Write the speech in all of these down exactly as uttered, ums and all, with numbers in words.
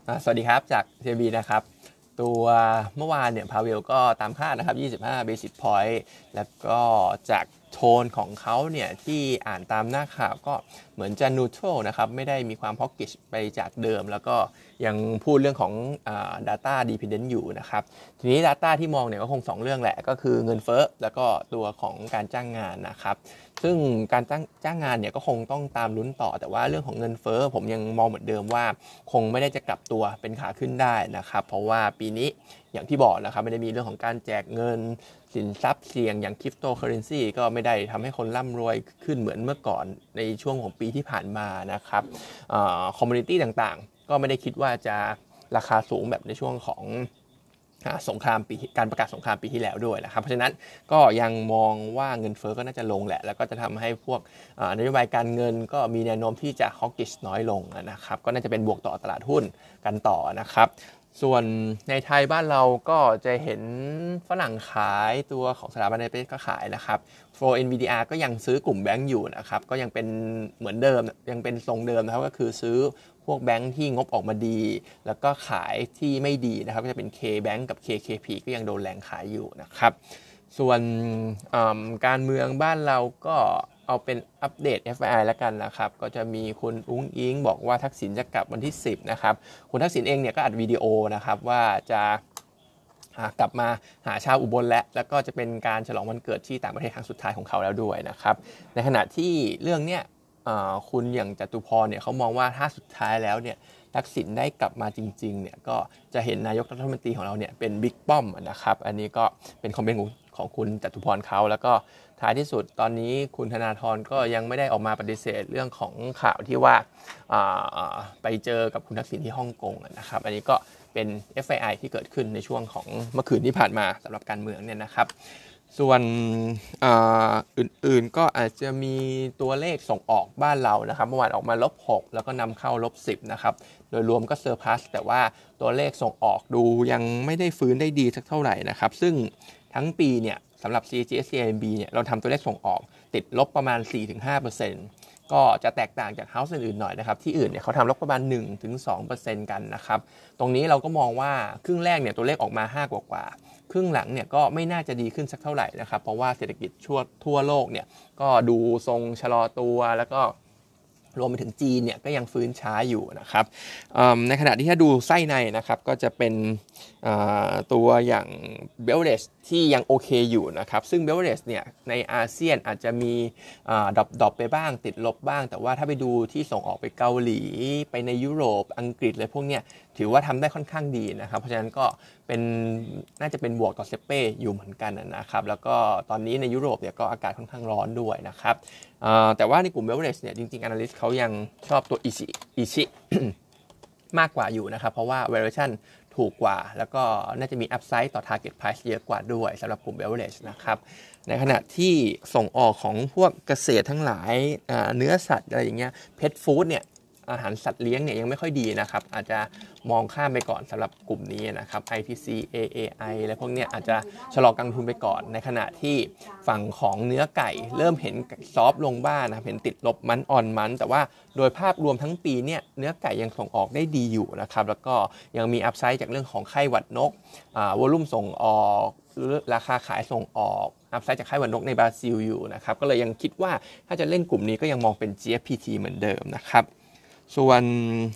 สวัสดีครับจาก ที เอ็ม บี นะครับตัวเมื่อวานเนี่ยพาเวลก็ตามคาดนะครับยี่สิบห้า Basic Point แล้วก็จากโทนของเขาเนี่ยที่อ่านตามหน้าข่าวก็เหมือนจะ neutral นะครับไม่ได้มีความ hawkish ไปจากเดิมแล้วก็ยังพูดเรื่องของอ่า data dependent อยู่นะครับทีนี้ data ที่มองเนี่ยก็คงสองเรื่องแหละก็คือเงินเฟ้อแล้วก็ตัวของการจ้างงานนะครับซึ่งการจ้างจ้างงานเนี่ยก็คงต้องตามลุ้นต่อแต่ว่าเรื่องของเงินเฟ้อผมยังมองเหมือนเดิมว่าคงไม่ได้จะกลับตัวเป็นขาขึ้นได้นะครับเพราะว่าปีนี้อย่างที่บอกนะครับไม่ได้มีเรื่องของการแจกเงินสินทรัพย์เสี่ยงอย่างคริปโตเคอเรนซีก็ไม่ได้ทำให้คนร่ำรวยขึ้นเหมือนเมื่อก่อนในช่วงของปีที่ผ่านมานะครับคอมมูนิตี้ต่างๆก็ไม่ได้คิดว่าจะราคาสูงแบบในช่วงของสงครามปีการประกาศสงครามปีที่แล้วด้วยนะครับเพราะฉะนั้นก็ยังมองว่าเงินเฟ้อก็น่าจะลงแหละแล้วก็จะทำให้พวกนโยบายการเงินก็มีแนวโน้มที่จะฮอกกิชน้อยลงนะครับก็น่าจะเป็นบวกต่อตลาดหุ้นกันต่อนะครับส่วนในไทยบ้านเราก็จะเห็นฝรั่งขายตัวของสถาบันในประเทศก็ขายนะครับโฟร์ เอ็น วี ดี อาร์ ก็ยังซื้อกลุ่มแบงก์อยู่นะครับก็ยังเป็นเหมือนเดิมยังเป็นทรงเดิมนะครับก็คือซื้อพวกแบงก์ที่งบออกมาดีแล้วก็ขายที่ไม่ดีนะครับก็จะเป็น K-Bank กับ เค เค พี ก็ยังโดนแรงขายอยู่นะครับส่วนการเมืองบ้านเราก็เอาเป็นอัปเดต เอฟ ไอ ไอ แล้วกันนะครับก็จะมีคุณอุ้งอิงบอกว่าทักษิณจะกลับวันที่สิบนะครับคุณทักษิณเองเนี่ยก็อัดวิดีโอนะครับว่าจะกลับมาหาชาวอุบลและแล้วก็จะเป็นการฉลองวันเกิดที่ต่างประเทศครั้งสุดท้ายของเขาแล้วด้วยนะครับในขณะที่เรื่องเนี้ยคุณอย่างจตุพรเนี่ยเขามองว่าถ้าสุดท้ายแล้วเนี่ยทักษิณได้กลับมาจริงๆเนี่ยก็จะเห็นนายกรัฐมนตรีของเราเนี่ยเป็นบิ๊กป้อมนะครับอันนี้ก็เป็นคอมเมนต์ของคุณจตุพรเขาแล้วก็ท้ายที่สุดตอนนี้คุณธนาธรก็ยังไม่ได้ออกมาปฏิเสธเรื่องของข่าวที่ว่าไปเจอกับคุณทักษิณที่ฮ่องกงนะครับอันนี้ก็เป็น เอฟ ไอ ไอ ที่เกิดขึ้นในช่วงของเมื่อคืนที่ผ่านมาสำหรับการเมืองเนี่ยนะครับส่วนอื่นๆก็อาจจะมีตัวเลขส่งออกบ้านเรานะครับเมื่อวานออกมาลบหกแล้วก็นำเข้าลบสิบนะครับโดยรวมก็เซอร์พลัสแต่ว่าตัวเลขส่งออกดูยังไม่ได้ฟื้นได้ดีสักเท่าไหร่นะครับซึ่งทั้งปีเนี่ยสำหรับ ซี เอ จี เอส ซี ไอ เอ็ม บี เนี่ยเราทำตัวเลขส่งออกติดลบประมาณ สี่ถึงห้าเปอร์เซ็นต์ ก็จะแตกต่างจากเฮ้าส์อื่นๆหน่อยนะครับที่อื่นเนี่ยเขาทำลบประมาณ หนึ่งถึงสองเปอร์เซ็นต์ กันนะครับตรงนี้เราก็มองว่าครึ่งแรกเนี่ยตัวเลขออกมาห้ากว่าๆครึ่งหลังเนี่ยก็ไม่น่าจะดีขึ้นสักเท่าไหร่นะครับเพราะว่าเศรษฐกิจทั่วทั่วโลกเนี่ยก็ดูทรงชะลอตัวแล้วก็รวมไปถึงจีนเนี่ยก็ยังฟื้นช้าอยู่นะครับในขณะที่ถ้าดูไส้ในนะครับก็จะเป็นตัวอย่างเบลเลสที่ยังโอเคอยู่นะครับซึ่งเบลเลสเนี่ยในอาเซียนอาจจะมีดรอปดรอปไปบ้างติดลบบ้างแต่ว่าถ้าไปดูที่ส่งออกไปเกาหลีไปในยุโรปอังกฤษอะไรพวกเนี้ยถือว่าทำได้ค่อนข้างดีนะครับเพราะฉะนั้นก็เป็นน่าจะเป็นบวกต่อเซเป้อยู่เหมือนกันนะครับแล้วก็ตอนนี้ในยุโรปเนี่ยก็อากาศค่อนข้างร้อนด้วยนะครับแต่ว่าในกลุ่มเบลเลสเนี่ยจริงๆ analyst เขายังชอบตัวอิชิอิชิ มากกว่าอยู่นะครับเพราะว่า valuation ถูกกว่าแล้วก็น่าจะมี upside ต่อ target price เยอะกว่าด้วยสำหรับกลุ่ม beverage นะครับในขณะที่ส่งออกของพวกเกษตรทั้งหลายเนื้อสัตว์อะไรอย่างเงี้ย pet food เนี่ยอาหารสัตว์เลี้ยงเนี่ยยังไม่ค่อยดีนะครับอาจจะมองข้ามไปก่อนสำหรับกลุ่มนี้นะครับ ไอ ที ซี เอ เอ ไอ อะไรพวกเนี้ยอาจจะชะลอการลงทุนไปก่อนในขณะที่ฝั่งของเนื้อไก่เริ่มเห็นซอฟลงบ้างนะเห็นติดลบมันออนมันแต่ว่าโดยภาพรวมทั้งปีเนี่ยเนื้อไก่ยังส่งออกได้ดีอยู่นะครับแล้วก็ยังมีอัพไซด์จากเรื่องของไข้หวัดนกอ่าวอลุ่มส่งออกหรือราคาขายส่งออกอัพไซด์จากไข้หวัดนกในบราซิลอยู่นะครับก็เลยยังคิดว่าถ้าจะเล่นกลุ่มนี้ก็ยังมองเป็น จี เอฟ พี ที เหมือนเดิมนะครับส่วน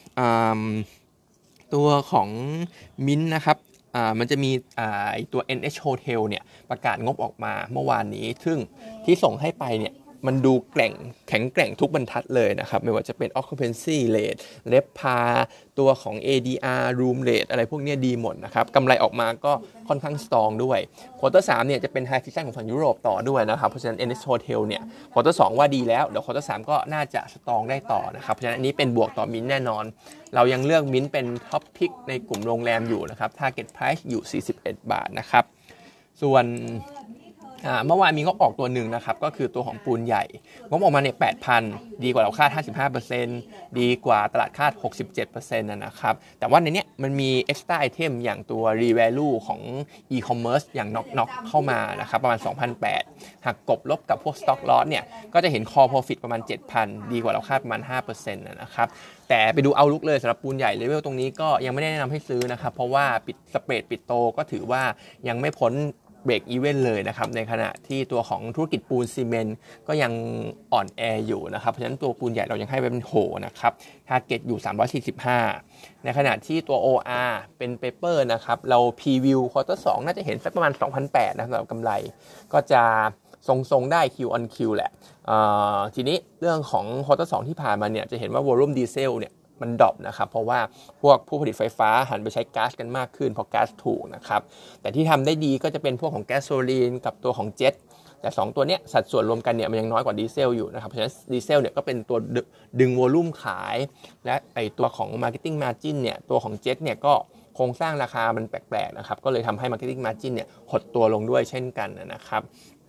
ตัวของมิ้นนะครับมันจะมีตัว เอ็น เอช Hotel เนี่ยประกาศงบออกมาเมื่อวานนี้ซึ่งที่ส่งให้ไปเนี่ยมันดูแกร่งแข็งแกร่งทุกบรรทัดเลยนะครับไม่ว่าจะเป็น occupancy rate เรฟพาตัวของ เอ ดี อาร์ room rate อะไรพวกนี้ดีหมดนะครับกำไรออกมาก็ค่อนข้างสตรองด้วยควอเตอร์สามเนี่ยจะเป็น high season ของฝั่งยุโรปต่อด้วยนะครับเพราะฉะนั้น เอ็น เอช Hotel เนี่ยควอเตอร์สองว่าดีแล้วเดี๋ยวควอเตอร์สามก็น่าจะสตรองได้ต่อนะครับเพราะฉะนั้นอันนี้เป็นบวกต่อมิ้นแน่นอนเรายังเลือกมิ้นเป็นท็อปพิกในกลุ่มโรงแรมอยู่นะครับ target price อยู่สี่สิบเอ็ดบาทนะครับส่วนเมื่อวานมีงบออกตัวหนึ่งนะครับก็คือตัวของปูนใหญ่งบออกมาเนี่ย แปดพัน ดีกว่าเราคาด ห้าสิบห้าเปอร์เซ็นต์ ดีกว่าตลาดคาด หกสิบเจ็ดเปอร์เซ็นต์ นะครับแต่ว่าในเนี้ยมันมี extra item อย่างตัว revalue ของ e-commerce อย่าง knock knock เข้ามานะครับประมาณ สองพันแปดร้อย หักกบลบกับพวก stock loss เนี่ยก็จะเห็น core profit ประมาณ เจ็ดพัน ดีกว่าเราคาดประมาณ ห้าเปอร์เซ็นต์ นะครับแต่ไปดูเอาลุกเลยสำหรับปูนใหญ่เลเวลตรงนี้ก็ยังไม่ได้แนะนำให้ซื้อนะครับเพราะว่าปิดสเปรดปิดโตก็ถือว่ายังไม่พ้นเบรกอีเวนต์เลยนะครับในขณะที่ตัวของธุรกิจปูนซีเมนต์ก็ยังอ่อนแออยู่นะครับเพราะฉะนั้นตัวปูนใหญ่เรายังให้ไว้เป็นโหนะครับทาร์เก็ตอยู่สามร้อยสี่สิบห้าในขณะที่ตัว โอ อาร์ เป็นเปเปอร์นะครับเราพรีวิวควอเตอร์สองน่าจะเห็นสักประมาณ สองพันแปดร้อย นะครับสำหรับกำไรก็จะทรงๆได้ Q on Q แหละทีนี้เรื่องของควอเตอร์สองที่ผ่านมาเนี่ยจะเห็นว่าวอลลุ่มดีเซลเนี่ยมันดรอปนะครับเพราะว่าพวกผู้ผลิตไฟฟ้าหันไปใช้ก๊าซกันมากขึ้นเพราะก๊าซถูกนะครับแต่ที่ทำได้ดีก็จะเป็นพวกของแก๊สโซลีนกับตัวของเจ็ตแต่สองตัวเนี้ยสัดส่วนรวมกันเนี่ยมันยังน้อยกว่าดีเซลอยู่นะครับเพราะฉะนั้นดีเซลเนี่ยก็เป็นตัวดึงวอลลุ่มขายและไอตัวของ Marketing Margin เนี่ยตัวของเจ็ตเนี่ยก็โครงสร้างราคามันแปลกๆนะครับก็เลยทำให้ Marketing Margin เนี่ยหดตัวลงด้วยเช่นกันนะครับ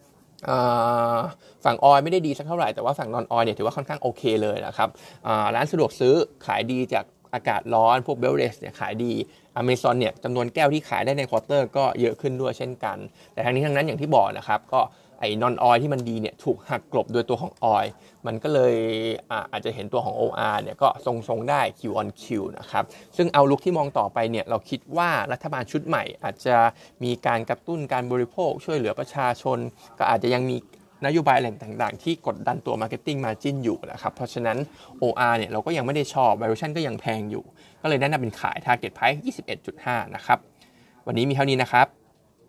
ฝั่งออยไม่ได้ดีสักเท่าไหร่แต่ว่าฝั่งนอนออยเนี่ยถือว่าค่อนข้างโอเคเลยนะครับร้านสะดวกซื้อขายดีจากอากาศร้อนพวกเบลเลสเนี่ยขายดี Amazon เนี่ยจำนวนแก้วที่ขายได้ในควอเตอร์ก็เยอะขึ้นด้วยเช่นกันแต่ทั้งนี้ทั้งนั้นอย่างที่บอกนะครับก็ไอ้นอนออยที่มันดีเนี่ยถูกหักกลบโดยตัวของออยมันก็เลยอ่าอาจจะเห็นตัวของ โอ อาร์ เนี่ยก็ทรงๆได้ Q on Q นะครับซึ่งเอาลุกที่มองต่อไปเนี่ยเราคิดว่ารัฐบาลชุดใหม่อาจจะมีการกระตุ้นการบริโภคช่วยเหลือประชาชนก็อาจจะยังมีนโยบายแหล่งต่างๆที่กดดันตัว Marketing Margin อยู่นะครับเพราะฉะนั้น โอ อาร์ เนี่ยเราก็ยังไม่ได้ชอบ Valuation ก็ยังแพงอยู่ก็เลยแนะนำเป็นขาย Target Price ยี่สิบเอ็ดจุดห้า นะครับวันนี้มีเท่านี้นะครับ